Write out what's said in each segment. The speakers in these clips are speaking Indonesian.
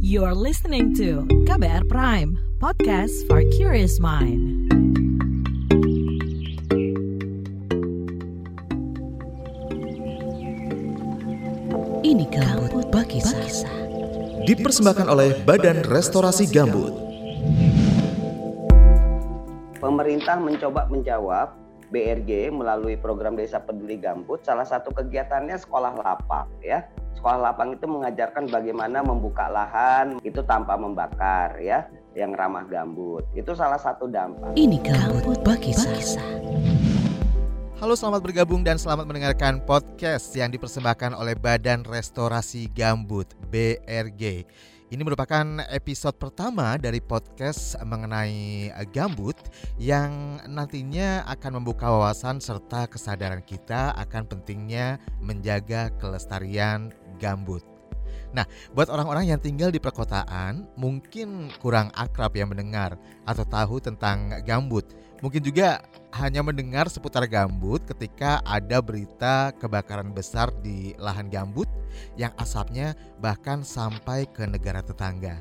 You're listening to KBR Prime, podcast for curious mind. Ini Gambut Bakisa. Dipersembahkan oleh Badan Restorasi Gambut. Pemerintah mencoba menjawab BRG melalui program Desa Peduli Gambut. Salah satu kegiatannya sekolah lapang ya. Sekolah lapang itu mengajarkan bagaimana membuka lahan itu tanpa membakar ya, yang ramah gambut. Itu salah satu dampak. Ini Gambut Bakisa. Halo, selamat bergabung dan selamat mendengarkan podcast yang dipersembahkan oleh Badan Restorasi Gambut BRG. Ini merupakan episode pertama dari podcast mengenai gambut yang nantinya akan membuka wawasan serta kesadaran kita akan pentingnya menjaga kelestarian gambut. Nah, buat orang-orang yang tinggal di perkotaan mungkin kurang akrab ya mendengar atau tahu tentang gambut. Mungkin juga hanya mendengar seputar gambut ketika ada berita kebakaran besar di lahan gambut yang asapnya bahkan sampai ke negara tetangga.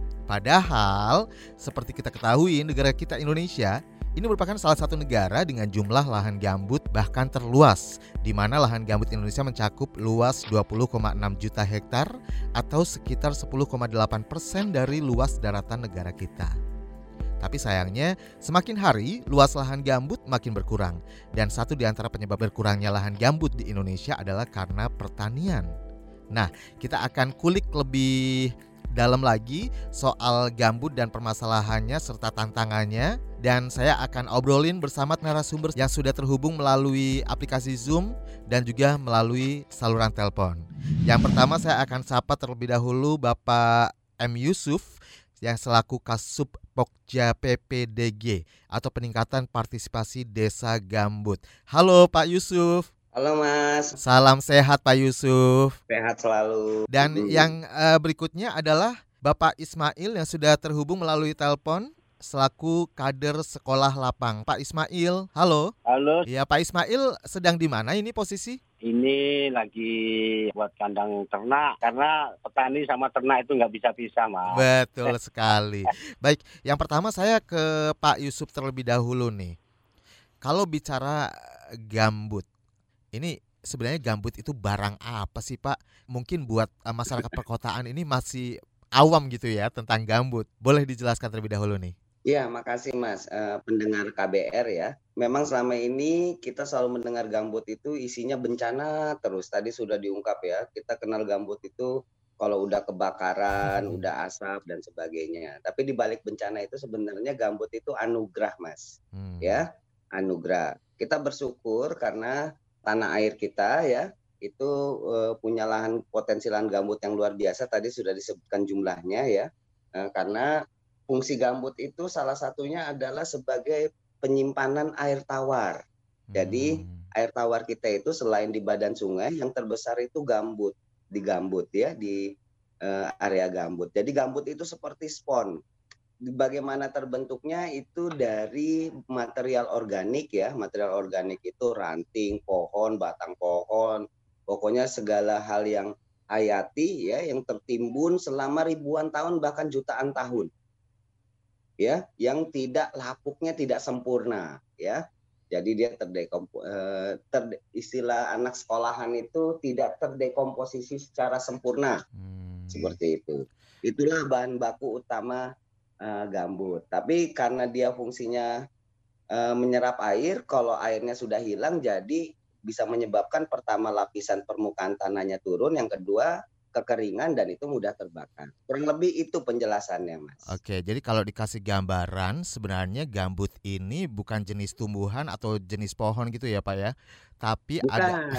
Padahal seperti kita ketahui, negara kita Indonesia ini merupakan salah satu negara dengan jumlah lahan gambut bahkan terluas, di mana lahan gambut Indonesia mencakup luas 20,6 juta hektar atau sekitar 10,8% dari luas daratan negara kita. Tapi sayangnya semakin hari luas lahan gambut makin berkurang. Dan satu di antara penyebab berkurangnya lahan gambut di Indonesia adalah karena pertanian. Nah, kita akan kulik lebih dalam lagi soal gambut dan permasalahannya serta tantangannya. Dan saya akan obrolin bersama narasumber yang sudah terhubung melalui aplikasi Zoom dan juga melalui saluran telepon. Yang pertama saya akan sapa terlebih dahulu Bapak M. Yusuf yang selaku Kasub Pokja PPDG atau Peningkatan Partisipasi Desa Gambut. Halo Pak Yusuf. Halo Mas. Salam sehat Pak Yusuf. Sehat selalu. Dan yang berikutnya adalah Bapak Ismail yang sudah terhubung melalui telepon selaku kader sekolah lapang. Pak Ismail, halo. Halo. Ya, Pak Ismail sedang di mana ini posisi? Ini lagi buat kandang ternak karena petani sama ternak itu nggak bisa pisah, Mas. Betul sekali. Baik, yang pertama saya ke Pak Yusuf terlebih dahulu nih. Kalau bicara gambut, ini sebenarnya gambut itu barang apa sih Pak? Mungkin buat masyarakat perkotaan ini masih awam gitu ya tentang gambut. Boleh dijelaskan terlebih dahulu nih. Ya, makasih Mas, pendengar KBR ya. Memang selama ini kita selalu mendengar gambut itu isinya bencana terus. Tadi sudah diungkap ya, kita kenal gambut itu kalau udah kebakaran, udah asap dan sebagainya. Tapi di balik bencana itu sebenarnya gambut itu anugerah Mas. Ya, anugerah. Kita bersyukur karena tanah air kita ya itu punya lahan potensi lahan gambut yang luar biasa. Tadi sudah disebutkan jumlahnya ya, karena fungsi gambut itu salah satunya adalah sebagai penyimpanan air tawar. Jadi air tawar kita itu selain di badan sungai yang terbesar itu gambut, di gambut ya, di area gambut. Jadi gambut itu seperti spons. Bagaimana terbentuknya itu dari material organik ya. Material organik itu ranting pohon, batang pohon, pokoknya segala hal yang hayati ya, yang tertimbun selama ribuan tahun bahkan jutaan tahun. Ya, yang tidak lapuknya tidak sempurna ya. Jadi dia istilah anak sekolahan itu tidak terdekomposisi secara sempurna. Seperti itu. Itulah bahan baku utama gambut. Tapi karena dia fungsinya menyerap air, kalau airnya sudah hilang jadi bisa menyebabkan pertama lapisan permukaan tanahnya turun, yang kedua kekeringan dan itu mudah terbakar. Kurang lebih itu penjelasannya, Mas. Oke, jadi kalau dikasih gambaran sebenarnya gambut ini bukan jenis tumbuhan atau jenis pohon gitu ya Pak ya. Tapi bukan. Ada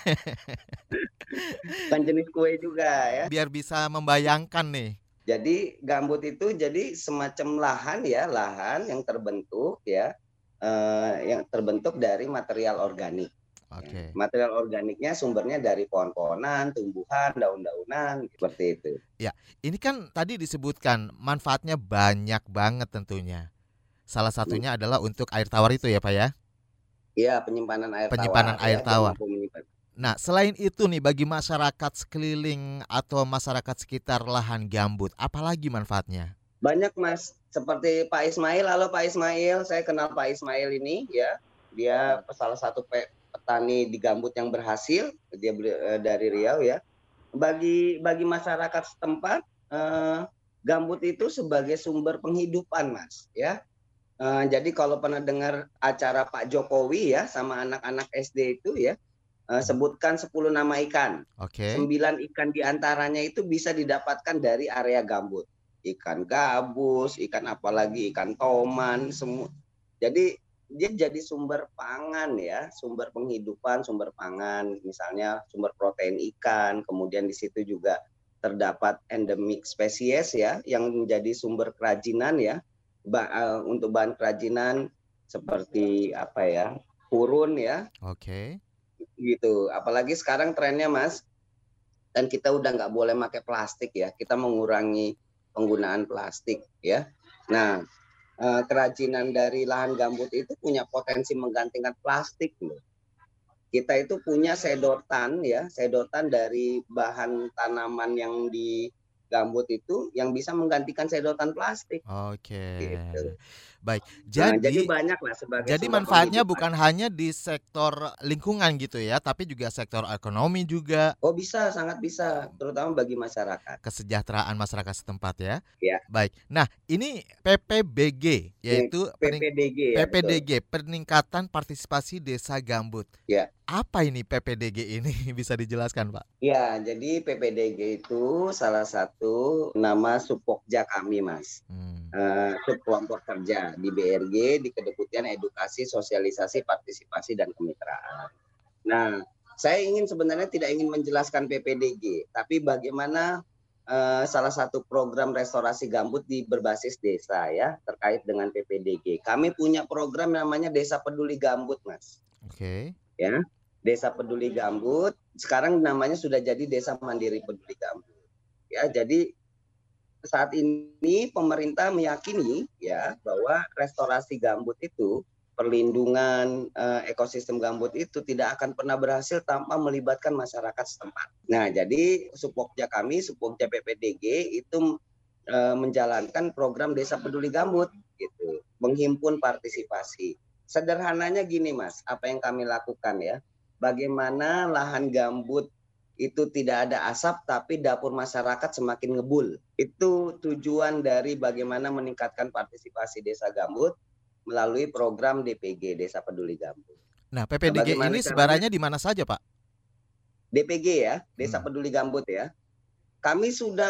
bukan jenis kue juga ya. Biar bisa membayangkan nih. Jadi gambut itu jadi semacam lahan ya, lahan yang terbentuk ya, yang terbentuk dari material organik. Okay. Material organiknya sumbernya dari pohon-pohonan, tumbuhan, daun-daunan, seperti itu. Ya, ini kan tadi disebutkan manfaatnya banyak banget tentunya. Salah satunya adalah untuk air tawar itu ya Pak ya? Iya, penyimpanan air tawar. Penyimpanan air tawar. Nah, selain itu nih bagi masyarakat sekeliling atau masyarakat sekitar lahan gambut, apalagi manfaatnya? Banyak Mas, seperti Pak Ismail. Halo Pak Ismail, saya kenal Pak Ismail ini ya. Dia salah satu petani di gambut yang berhasil. Dia dari Riau ya. Bagi masyarakat setempat, gambut itu sebagai sumber penghidupan Mas ya. Jadi kalau pernah dengar acara Pak Jokowi ya sama anak-anak SD itu ya, sebutkan 10 nama ikan. Oke. 9 ikan diantaranya itu bisa didapatkan dari area gambut. Ikan gabus, ikan apalagi, ikan toman, semua. Jadi dia jadi sumber pangan ya, sumber penghidupan, sumber pangan. Misalnya sumber protein ikan, kemudian di situ juga terdapat endemik spesies ya, yang menjadi sumber kerajinan ya, untuk bahan kerajinan seperti apa ya, purun ya. Oke. Gitu. Apalagi sekarang trennya Mas, dan kita udah nggak boleh pakai plastik ya, kita mengurangi penggunaan plastik ya. Nah, kerajinan dari lahan gambut itu punya potensi menggantikan plastik loh. Kita itu punya sedotan ya, sedotan dari bahan tanaman yang di gambut itu yang bisa menggantikan sedotan plastik. Oke. Gitu. Baik. Jadi Jadi banyak lah sebagai Jadi sumber manfaatnya penghidupan. bukan hanya di sektor lingkungan gitu ya, tapi juga sektor ekonomi juga, Oh bisa, sangat bisa, terutama bagi masyarakat. kesejahteraan masyarakat setempat ya. Ya, Baik. Nah, ini PPBG yaitu PPDG ya betul. PPDG, Peningkatan Partisipasi Desa Gambut. Ya. Apa ini PPDG ini bisa dijelaskan, Pak? Ya, jadi PPDG itu salah satu nama Supokja kami, Mas. Subkelompok kerja di BRG, di Kedeputian Edukasi, Sosialisasi, Partisipasi, dan Kemitraan. Nah, saya sebenarnya tidak ingin menjelaskan PPDG, tapi bagaimana salah satu program restorasi gambut di berbasis desa ya, terkait dengan PPDG. Kami punya program namanya Desa Peduli Gambut, Mas. Oke. Ya. Desa Peduli Gambut, sekarang namanya sudah jadi Desa Mandiri Peduli Gambut. Ya, jadi saat ini pemerintah meyakini ya bahwa restorasi gambut itu, perlindungan ekosistem gambut itu tidak akan pernah berhasil tanpa melibatkan masyarakat setempat. Nah, jadi Supokja kami, Supokja PPDG itu menjalankan program Desa Peduli Gambut gitu, menghimpun partisipasi. Sederhananya gini Mas, apa yang kami lakukan ya? Bagaimana lahan gambut itu tidak ada asap tapi dapur masyarakat semakin ngebul. Itu tujuan dari bagaimana meningkatkan partisipasi desa gambut melalui program DPG, Desa Peduli Gambut. Nah, PPDG ini sebarannya di mana saja, Pak? DPG ya, Desa Peduli Gambut ya. Kami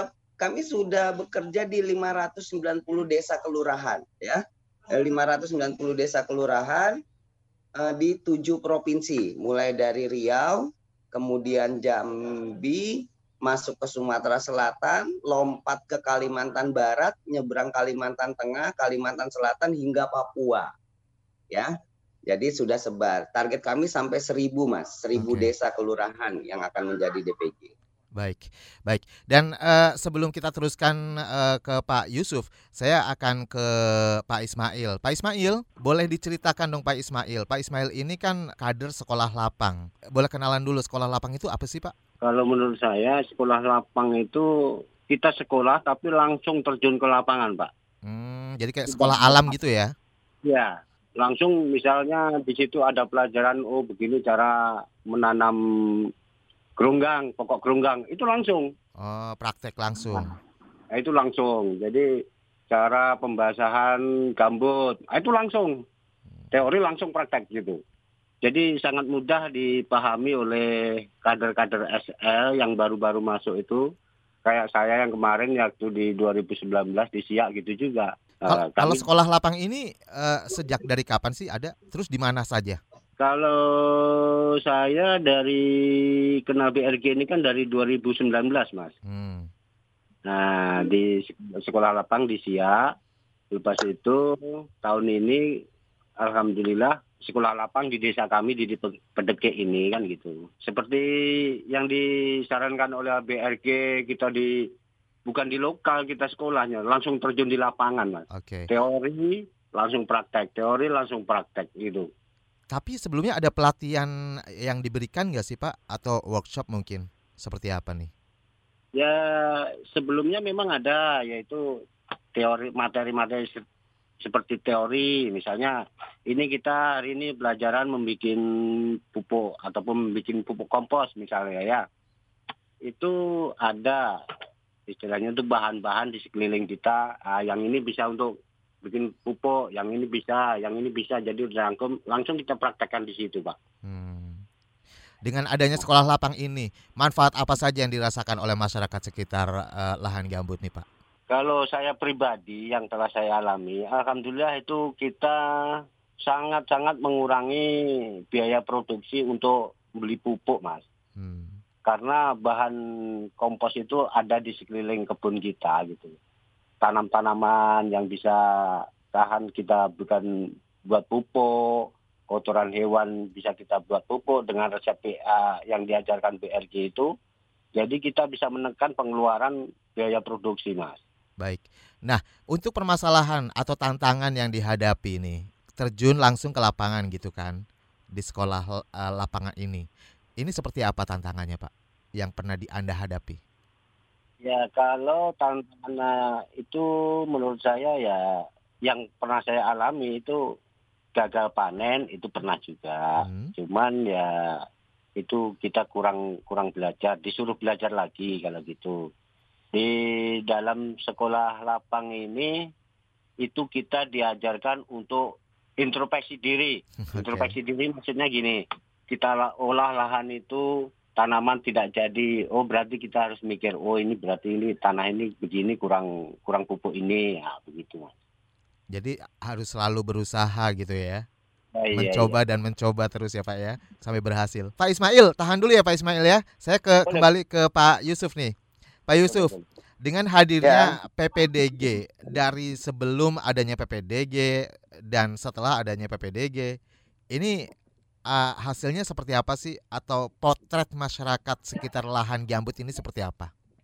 sudah bekerja di 590 desa kelurahan ya. 590 desa kelurahan di 7 provinsi, mulai dari Riau, kemudian Jambi, masuk ke Sumatera Selatan, lompat ke Kalimantan Barat, nyebrang Kalimantan Tengah, Kalimantan Selatan hingga Papua. Ya. Jadi sudah sebar. Target kami sampai 1.000 Mas, 1.000 desa kelurahan yang akan menjadi DPG. Baik. Dan sebelum kita teruskan ke Pak Yusuf, saya akan ke Pak Ismail. Pak Ismail, boleh diceritakan dong Pak Ismail. Pak Ismail ini kan kader sekolah lapang. Boleh kenalan dulu, sekolah lapang itu apa sih Pak? Kalau menurut saya sekolah lapang itu kita sekolah tapi langsung terjun ke lapangan Pak. Jadi kayak sekolah alam gitu ya? Ya, langsung misalnya di situ ada pelajaran begini cara menanam gerunggang, pokok gerunggang, itu langsung. Oh, praktek langsung. Nah, itu langsung. Jadi cara pembasahan gambut, itu langsung. Teori langsung praktek gitu. Jadi sangat mudah dipahami oleh kader-kader SL yang baru-baru masuk itu. Kayak saya yang kemarin waktu di 2019 di Siak gitu juga. Kalau sekolah lapang ini sejak dari kapan sih ada? Terus di mana saja? Kalau saya dari kenal BRG ini kan dari 2019 Mas. Nah di sekolah lapang di Siak. Lepas itu tahun ini alhamdulillah sekolah lapang di desa kami di Pedeke ini kan gitu. Seperti yang disarankan oleh BRG kita bukan di lokal kita sekolahnya, langsung terjun di lapangan Mas. Okay. Teori langsung praktek gitu. Tapi sebelumnya ada pelatihan yang diberikan nggak sih Pak? Atau workshop mungkin? Seperti apa nih? Ya sebelumnya memang ada, yaitu teori materi-materi seperti teori, misalnya ini kita hari ini pelajaran membuat pupuk ataupun membuat pupuk kompos misalnya ya. Itu ada istilahnya itu bahan-bahan di sekeliling kita, yang ini bisa untuk bikin pupuk, yang ini bisa, jadi langsung kita praktekkan di situ, Pak. Dengan adanya sekolah lapang ini, manfaat apa saja yang dirasakan oleh masyarakat sekitar lahan gambut nih, Pak? Kalau saya pribadi yang telah saya alami, alhamdulillah itu kita sangat-sangat mengurangi biaya produksi untuk beli pupuk, Mas. Karena bahan kompos itu ada di sekeliling kebun kita gitu. Tanam-tanaman yang bisa tahan kita bukan buat pupuk, kotoran hewan bisa kita buat pupuk dengan resep PA yang diajarkan BRG itu. Jadi kita bisa menekan pengeluaran biaya produksi, Mas. Baik. Nah, untuk permasalahan atau tantangan yang dihadapi nih, terjun langsung ke lapangan gitu kan, di sekolah lapangan ini. Ini seperti apa tantangannya, Pak, yang pernah Anda hadapi? Ya, kalau tantangan itu menurut saya ya yang pernah saya alami itu gagal panen itu pernah juga. Cuman ya itu kita kurang belajar, disuruh belajar lagi kalau gitu. Di dalam sekolah lapang ini itu kita diajarkan untuk introspeksi diri. Introspeksi diri maksudnya gini, kita olah lahan itu tanaman tidak jadi, berarti kita harus mikir, ini berarti ini tanah ini begini kurang pupuk ini, ya begitu, Mas. Jadi harus selalu berusaha gitu ya. Mencoba dan mencoba terus ya Pak ya, sampai berhasil. Pak Ismail, tahan dulu ya Pak Ismail ya. Saya kembali ke Pak Yusuf nih. Pak Yusuf, dengan hadirnya PPDG, dari sebelum adanya PPDG dan setelah adanya PPDG, ini hasilnya seperti apa sih, atau potret masyarakat sekitar lahan gambut ini seperti apa?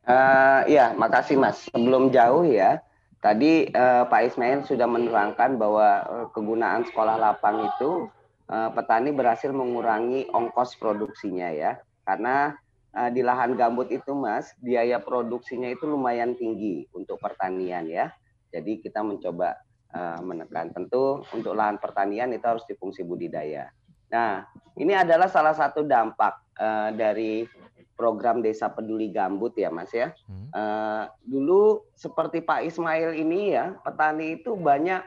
Ya, makasih Mas. Sebelum jauh ya, tadi Pak Ismail sudah menerangkan bahwa kegunaan sekolah lapang itu petani berhasil mengurangi ongkos produksinya ya, karena di lahan gambut itu Mas, biaya produksinya itu lumayan tinggi untuk pertanian ya. Jadi kita mencoba menekan, tentu untuk lahan pertanian itu harus difungsi budidaya. Nah, ini adalah salah satu dampak dari program Desa Peduli Gambut ya Mas ya. Dulu seperti Pak Ismail ini ya, petani itu banyak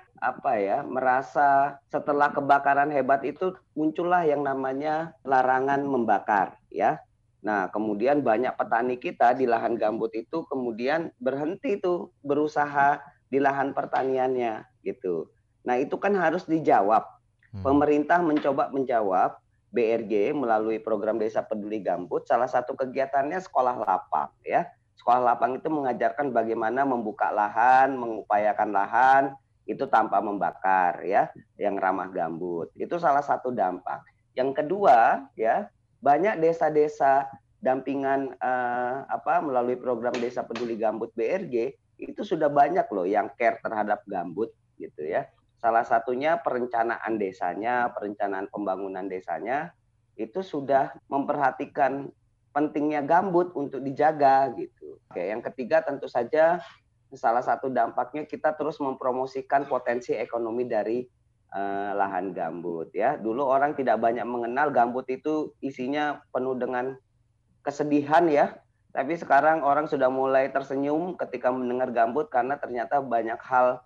merasa setelah kebakaran hebat itu muncullah yang namanya larangan membakar ya. Nah, kemudian banyak petani kita di lahan gambut itu kemudian berhenti tuh berusaha di lahan pertaniannya gitu. Nah, itu kan harus dijawab. Pemerintah mencoba menjawab, BRG melalui program Desa Peduli Gambut, salah satu kegiatannya sekolah lapang ya. Sekolah lapang itu mengajarkan bagaimana membuka lahan, mengupayakan lahan itu tanpa membakar ya, yang ramah gambut. Itu salah satu dampak. Yang kedua ya, banyak desa-desa dampingan melalui program Desa Peduli Gambut BRG itu sudah banyak loh yang care terhadap gambut gitu ya. Salah satunya perencanaan desanya, perencanaan pembangunan desanya itu sudah memperhatikan pentingnya gambut untuk dijaga gitu. Oke, yang ketiga tentu saja salah satu dampaknya kita terus mempromosikan potensi ekonomi dari lahan gambut ya. Dulu orang tidak banyak mengenal gambut itu isinya penuh dengan kesedihan ya. Tapi sekarang orang sudah mulai tersenyum ketika mendengar gambut karena ternyata banyak hal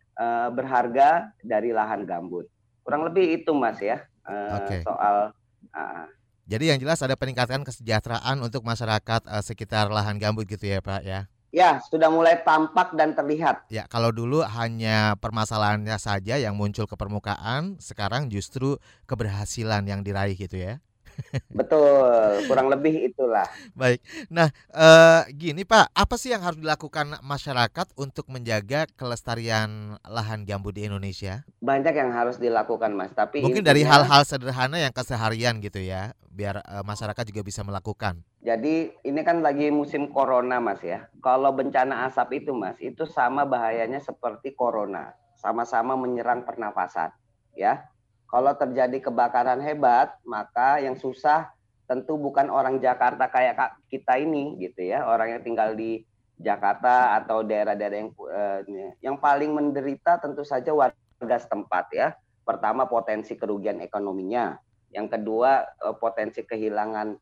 berharga dari lahan gambut. Kurang lebih itu Mas ya, soal. Jadi yang jelas ada peningkatan kesejahteraan untuk masyarakat sekitar lahan gambut gitu ya Pak ya? Ya, sudah mulai tampak dan terlihat. Ya, kalau dulu hanya permasalahannya saja yang muncul ke permukaan, sekarang justru keberhasilan yang diraih gitu ya? Betul, kurang lebih itulah. Baik, nah gini Pak, apa sih yang harus dilakukan masyarakat untuk menjaga kelestarian lahan gambut di Indonesia? Banyak yang harus dilakukan Mas, tapi mungkin dari hal-hal sederhana yang keseharian gitu ya, biar masyarakat juga bisa melakukan. Jadi ini kan lagi musim corona Mas ya. Kalau bencana asap itu Mas, itu sama bahayanya seperti corona, sama-sama menyerang pernafasan ya. Kalau terjadi kebakaran hebat, maka yang susah tentu bukan orang Jakarta kayak kita ini gitu ya, orang yang tinggal di Jakarta atau daerah-daerah yang paling menderita tentu saja warga setempat ya. Pertama, potensi kerugian ekonominya. Yang kedua, potensi kehilangan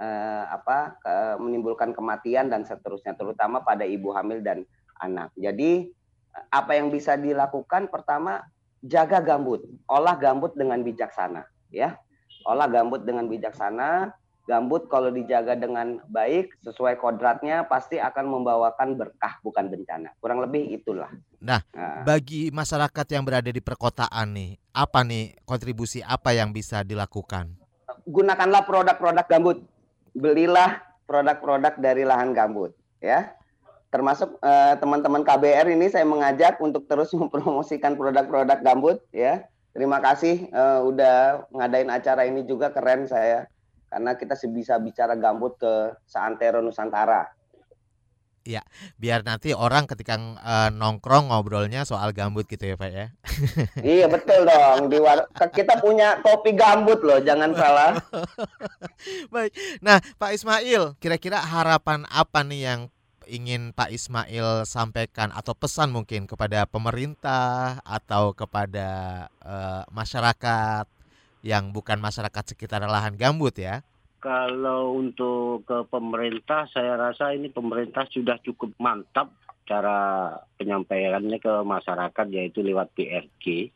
menimbulkan kematian dan seterusnya, terutama pada ibu hamil dan anak. Jadi apa yang bisa dilakukan? Pertama, jaga gambut, olah gambut dengan bijaksana, ya. Olah gambut dengan bijaksana. Gambut kalau dijaga dengan baik, sesuai kodratnya, pasti akan membawakan berkah, bukan bencana. Kurang lebih itulah. Nah, bagi masyarakat yang berada di perkotaan nih, apa nih kontribusi apa yang bisa dilakukan? Gunakanlah produk-produk gambut. Belilah produk-produk dari lahan gambut, ya. Termasuk teman-teman KBR ini saya mengajak untuk terus mempromosikan produk-produk gambut ya. Terima kasih udah ngadain acara ini juga, keren saya. Karena kita bisa bicara gambut ke seantero Nusantara. Ya, biar nanti orang ketika nongkrong ngobrolnya soal gambut gitu ya Pak ya. Iya betul dong. Kita punya kopi gambut loh, jangan salah. Baik, nah Pak Ismail, kira-kira harapan apa nih yang ingin Pak Ismail sampaikan atau pesan mungkin kepada pemerintah atau kepada masyarakat yang bukan masyarakat sekitar lahan gambut ya? Kalau untuk ke pemerintah, saya rasa ini pemerintah sudah cukup mantap cara penyampaiannya ke masyarakat, yaitu lewat BRG.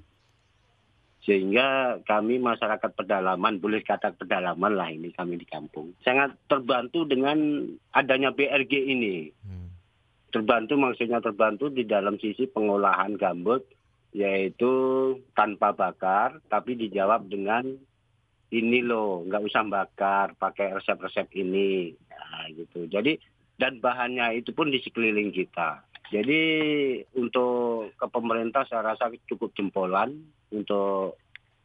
Sehingga kami masyarakat pedalaman, boleh kata pedalaman lah ini kami di kampung, sangat terbantu dengan adanya BRG ini. Terbantu maksudnya terbantu di dalam sisi pengolahan gambut, yaitu tanpa bakar, tapi dijawab dengan ini loh, nggak usah bakar, pakai resep-resep ini, nah, gitu. Jadi dan bahannya itu pun di sekeliling kita. Jadi untuk ke pemerintah saya rasa cukup jempolan untuk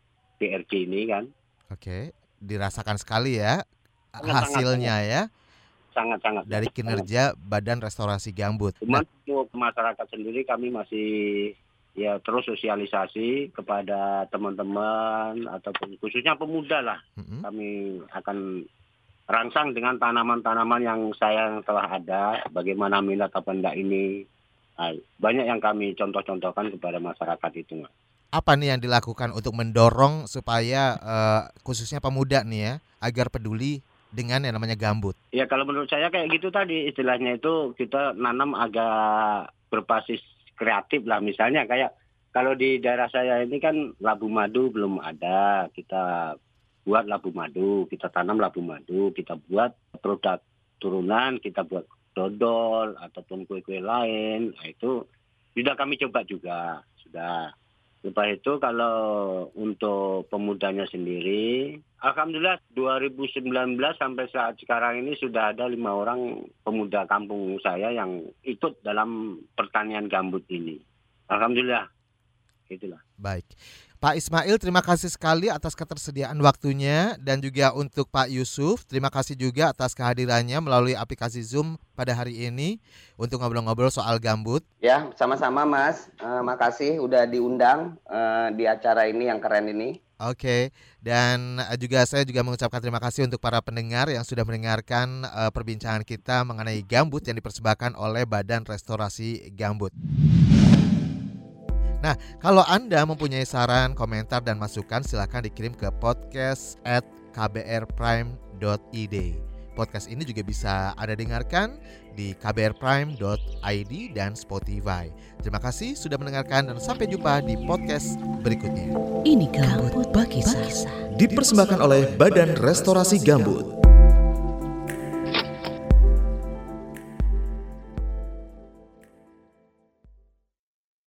BRG ini kan. Oke, dirasakan sekali ya hasilnya ya. Sangat-sangat. Dari kinerja Badan Restorasi Gambut. Cuman untuk masyarakat sendiri kami masih ya terus sosialisasi kepada teman-teman ataupun khususnya pemuda lah. Kami akan rangsang dengan tanaman-tanaman yang telah ada, bagaimana minat apa enggak ini. Nah, banyak yang kami contoh-contohkan kepada masyarakat itu. Apa nih yang dilakukan untuk mendorong supaya khususnya pemuda nih ya agar peduli dengan yang namanya gambut? Ya kalau menurut saya kayak gitu tadi, istilahnya itu kita nanam agak berbasis kreatif lah. Misalnya kayak kalau di daerah saya ini kan labu madu belum ada, kita buat labu madu, kita tanam labu madu, kita buat produk turunan, kita buat dodol ataupun kue-kue lain. Nah, itu sudah kami coba juga, sudah. Lepas itu kalau untuk pemudanya sendiri, alhamdulillah 2019 sampai saat sekarang ini sudah ada 5 orang pemuda kampung saya yang ikut dalam pertanian gambut ini. Alhamdulillah, itulah. Baik. Pak Ismail, terima kasih sekali atas ketersediaan waktunya, dan juga untuk Pak Yusuf, terima kasih juga atas kehadirannya melalui aplikasi Zoom pada hari ini untuk ngobrol-ngobrol soal gambut. Ya, sama-sama Mas. Makasih udah diundang di acara ini yang keren ini. Oke, dan saya juga mengucapkan terima kasih untuk para pendengar yang sudah mendengarkan perbincangan kita mengenai gambut yang dipersembahkan oleh Badan Restorasi Gambut. Nah, kalau Anda mempunyai saran, komentar, dan masukan, silakan dikirim ke podcast@kbrprime.id. Podcast ini juga bisa Anda dengarkan di kbrprime.id dan Spotify. Terima kasih sudah mendengarkan dan sampai jumpa di podcast berikutnya. Ini Gambut Berkisah. Dipersembahkan oleh Badan Restorasi Gambut.